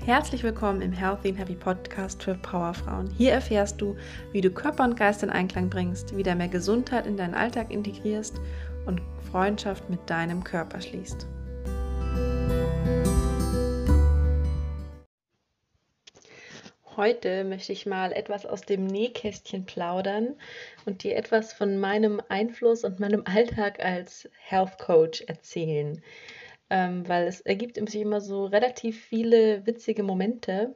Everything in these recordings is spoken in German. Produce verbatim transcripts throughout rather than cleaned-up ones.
Herzlich willkommen im Healthy and Happy Podcast für Powerfrauen. Hier erfährst du, wie du Körper und Geist in Einklang bringst, wieder mehr Gesundheit in deinen Alltag integrierst und Freundschaft mit deinem Körper schließt. Heute möchte ich mal etwas aus dem Nähkästchen plaudern und dir etwas von meinem Einfluss und meinem Alltag als Health Coach erzählen. Ähm, weil es ergibt sich immer so relativ viele witzige Momente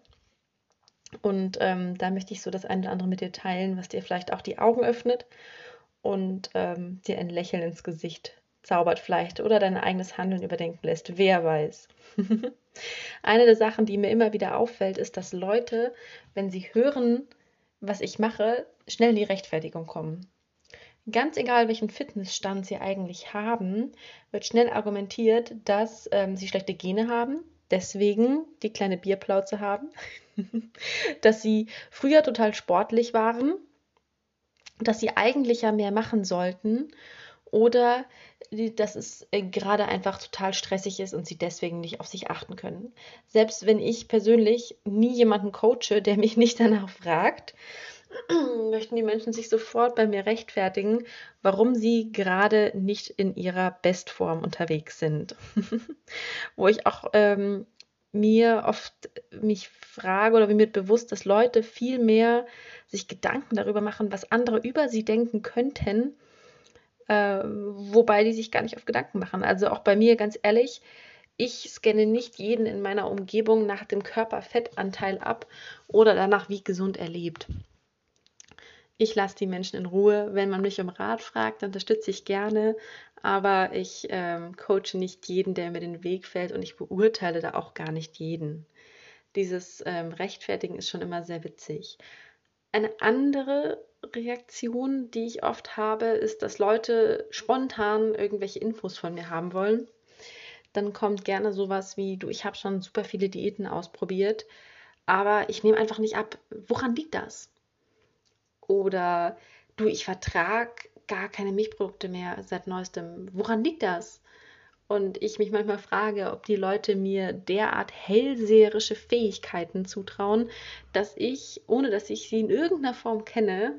und ähm, da möchte ich so das eine oder andere mit dir teilen, was dir vielleicht auch die Augen öffnet und ähm, dir ein Lächeln ins Gesicht zaubert vielleicht oder dein eigenes Handeln überdenken lässt, wer weiß. Eine der Sachen, die mir immer wieder auffällt, ist, dass Leute, wenn sie hören, was ich mache, schnell in die Rechtfertigung kommen. Ganz egal, welchen Fitnessstand sie eigentlich haben, wird schnell argumentiert, dass ähm, sie schlechte Gene haben, deswegen die kleine Bierplauze haben, dass sie früher total sportlich waren, dass sie eigentlich ja mehr machen sollten oder dass es äh, gerade einfach total stressig ist und sie deswegen nicht auf sich achten können. Selbst wenn ich persönlich nie jemanden coache, der mich nicht danach fragt, möchten die Menschen sich sofort bei mir rechtfertigen, warum sie gerade nicht in ihrer Bestform unterwegs sind. Wo ich auch ähm, mir oft mich frage oder mir wird bewusst, dass Leute viel mehr sich Gedanken darüber machen, was andere über sie denken könnten, äh, wobei die sich gar nicht auf Gedanken machen. Also auch bei mir, ganz ehrlich, ich scanne nicht jeden in meiner Umgebung nach dem Körperfettanteil ab oder danach, wie gesund er lebt. Ich lasse die Menschen in Ruhe. Wenn man mich um Rat fragt, dann unterstütze ich gerne, aber ich ähm, coache nicht jeden, der mir den Weg fällt und ich beurteile da auch gar nicht jeden. Dieses ähm, Rechtfertigen ist schon immer sehr witzig. Eine andere Reaktion, die ich oft habe, ist, dass Leute spontan irgendwelche Infos von mir haben wollen. Dann kommt gerne sowas wie, du, ich habe schon super viele Diäten ausprobiert, aber ich nehme einfach nicht ab. Woran liegt das? Oder du, ich vertrage gar keine Milchprodukte mehr seit neuestem. Woran liegt das? Und ich mich manchmal frage, ob die Leute mir derart hellseherische Fähigkeiten zutrauen, dass ich, ohne dass ich sie in irgendeiner Form kenne,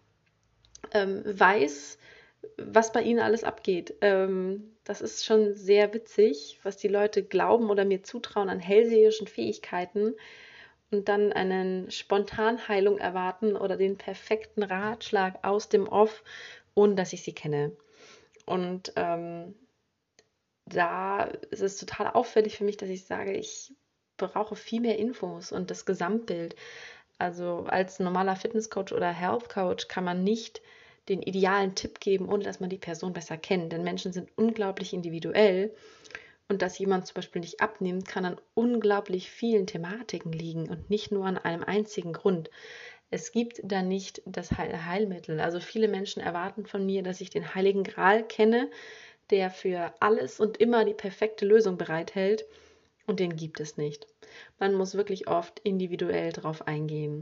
ähm, weiß, was bei ihnen alles abgeht. Ähm, das ist schon sehr witzig, was die Leute glauben oder mir zutrauen an hellseherischen Fähigkeiten und dann eine Spontanheilung erwarten oder den perfekten Ratschlag aus dem Off, ohne dass ich sie kenne. Und ähm, da ist es total auffällig für mich, dass ich sage, ich brauche viel mehr Infos und das Gesamtbild. Also als normaler Fitnesscoach oder Health Coach kann man nicht den idealen Tipp geben, ohne dass man die Person besser kennt. Denn Menschen sind unglaublich individuell. Und dass jemand zum Beispiel nicht abnimmt, kann an unglaublich vielen Thematiken liegen und nicht nur an einem einzigen Grund. Es gibt da nicht das Heilmittel. Also viele Menschen erwarten von mir, dass ich den Heiligen Gral kenne, der für alles und immer die perfekte Lösung bereithält. Und den gibt es nicht. Man muss wirklich oft individuell drauf eingehen.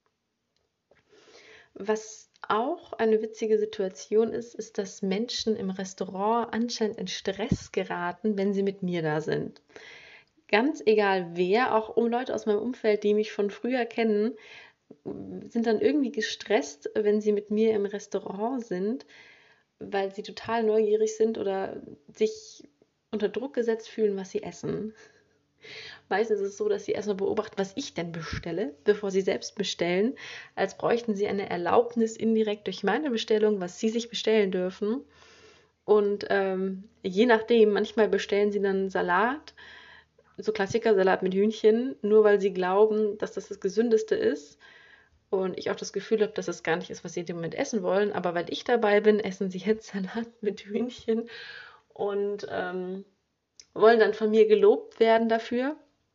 Was auch eine witzige Situation ist, ist, dass Menschen im Restaurant anscheinend in Stress geraten, wenn sie mit mir da sind. Ganz egal wer, auch um Leute aus meinem Umfeld, die mich von früher kennen, sind dann irgendwie gestresst, wenn sie mit mir im Restaurant sind, weil sie total neugierig sind oder sich unter Druck gesetzt fühlen, was sie essen. Meistens ist es so, dass sie erstmal beobachten, was ich denn bestelle, bevor sie selbst bestellen, als bräuchten sie eine Erlaubnis indirekt durch meine Bestellung, was sie sich bestellen dürfen. Und ähm, je nachdem, manchmal bestellen sie dann Salat, so Klassiker-Salat mit Hühnchen, nur weil sie glauben, dass das das Gesündeste ist. Und ich auch das Gefühl habe, dass es gar nicht ist, was sie in dem Moment essen wollen. Aber weil ich dabei bin, essen sie jetzt Salat mit Hühnchen und ähm, wollen dann von mir gelobt werden dafür.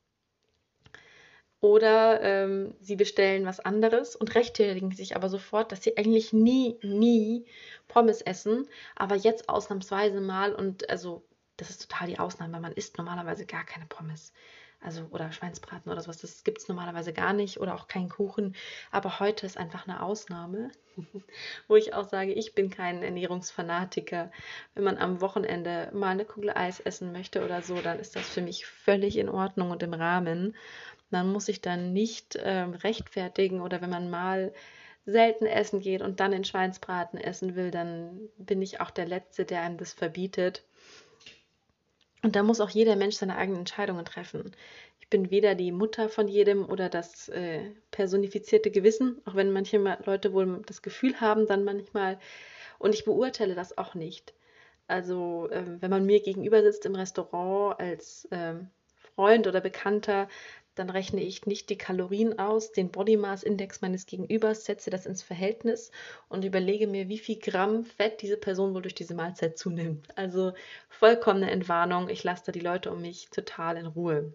Oder ähm, sie bestellen was anderes und rechtfertigen sich aber sofort, dass sie eigentlich nie, nie Pommes essen, aber jetzt ausnahmsweise mal und also das ist total die Ausnahme, weil man isst normalerweise gar keine Pommes. Also oder Schweinsbraten oder sowas, das gibt es normalerweise gar nicht oder auch keinen Kuchen. Aber heute ist einfach eine Ausnahme, wo ich auch sage, ich bin kein Ernährungsfanatiker. Wenn man am Wochenende mal eine Kugel Eis essen möchte oder so, dann ist das für mich völlig in Ordnung und im Rahmen. Man muss sich dann nicht ähm, rechtfertigen oder wenn man mal selten essen geht und dann den Schweinsbraten essen will, dann bin ich auch der Letzte, der einem das verbietet. Und da muss auch jeder Mensch seine eigenen Entscheidungen treffen. Ich bin weder die Mutter von jedem oder das äh, personifizierte Gewissen, auch wenn manche Leute wohl das Gefühl haben, dann manchmal. Und ich beurteile das auch nicht. Also, ähm, wenn man mir gegenüber sitzt im Restaurant als ähm, Freund oder Bekannter, dann rechne ich nicht die Kalorien aus, den Body Mass Index meines Gegenübers, setze das ins Verhältnis und überlege mir, wie viel Gramm Fett diese Person wohl durch diese Mahlzeit zunimmt. Also vollkommene Entwarnung. Ich lasse da die Leute um mich total in Ruhe.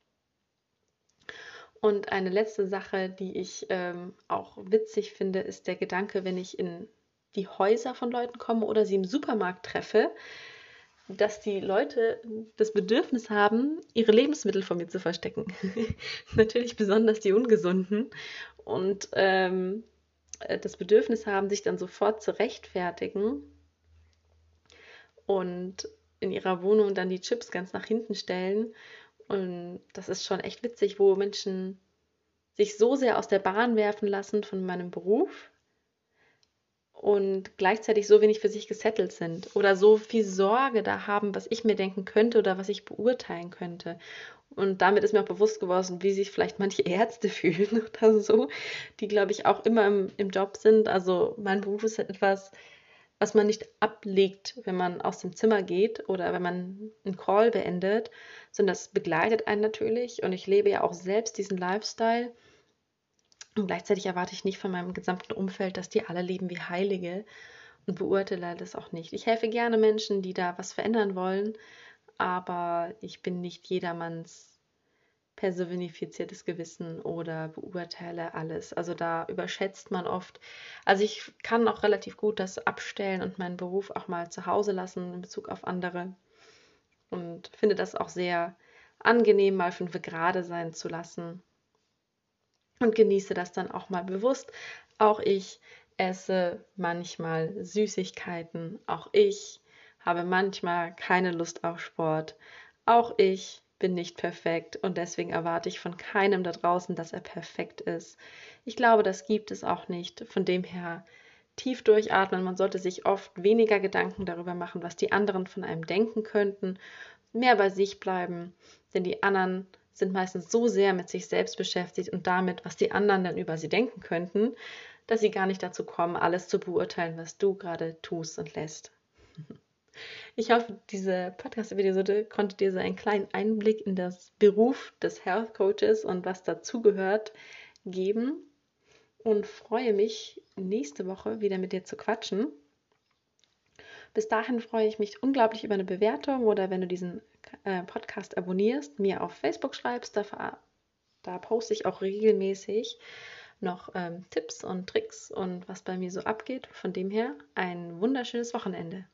Und eine letzte Sache, die ich ähm, auch witzig finde, ist der Gedanke, wenn ich in die Häuser von Leuten komme oder sie im Supermarkt treffe, dass die Leute das Bedürfnis haben, ihre Lebensmittel von mir zu verstecken. Natürlich besonders die ungesunden. Und ähm, das Bedürfnis haben, sich dann sofort zu rechtfertigen und in ihrer Wohnung dann die Chips ganz nach hinten stellen. Und das ist schon echt witzig, wo Menschen sich so sehr aus der Bahn werfen lassen von meinem Beruf und gleichzeitig so wenig für sich gesettelt sind oder so viel Sorge da haben, was ich mir denken könnte oder was ich beurteilen könnte. Und damit ist mir auch bewusst geworden, wie sich vielleicht manche Ärzte fühlen oder so, die, glaube ich, auch immer im, im Job sind. Also mein Beruf ist etwas, was man nicht ablegt, wenn man aus dem Zimmer geht oder wenn man einen Call beendet, sondern das begleitet einen natürlich. Und ich lebe ja auch selbst diesen Lifestyle. Und gleichzeitig erwarte ich nicht von meinem gesamten Umfeld, dass die alle leben wie Heilige und beurteile das auch nicht. Ich helfe gerne Menschen, die da was verändern wollen, aber ich bin nicht jedermanns personifiziertes Gewissen oder beurteile alles. Also da überschätzt man oft. Also ich kann auch relativ gut das abstellen und meinen Beruf auch mal zu Hause lassen in Bezug auf andere und finde das auch sehr angenehm, mal fünf gerade sein zu lassen und genieße das dann auch mal bewusst. Auch ich esse manchmal Süßigkeiten. Auch ich habe manchmal keine Lust auf Sport. Auch ich bin nicht perfekt und deswegen erwarte ich von keinem da draußen, dass er perfekt ist. Ich glaube, das gibt es auch nicht. Von dem her tief durchatmen. Man sollte sich oft weniger Gedanken darüber machen, was die anderen von einem denken könnten, mehr bei sich bleiben, denn die anderen sind meistens so sehr mit sich selbst beschäftigt und damit, was die anderen dann über sie denken könnten, dass sie gar nicht dazu kommen, alles zu beurteilen, was du gerade tust und lässt. Ich hoffe, diese Podcast-Episode konnte dir so einen kleinen Einblick in das Beruf des Health Coaches und was dazugehört geben und freue mich, nächste Woche wieder mit dir zu quatschen. Bis dahin freue ich mich unglaublich über eine Bewertung oder wenn du diesen äh, Podcast abonnierst, mir auf Facebook schreibst. Da, da poste ich auch regelmäßig noch ähm, Tipps und Tricks und was bei mir so abgeht. Von dem her ein wunderschönes Wochenende.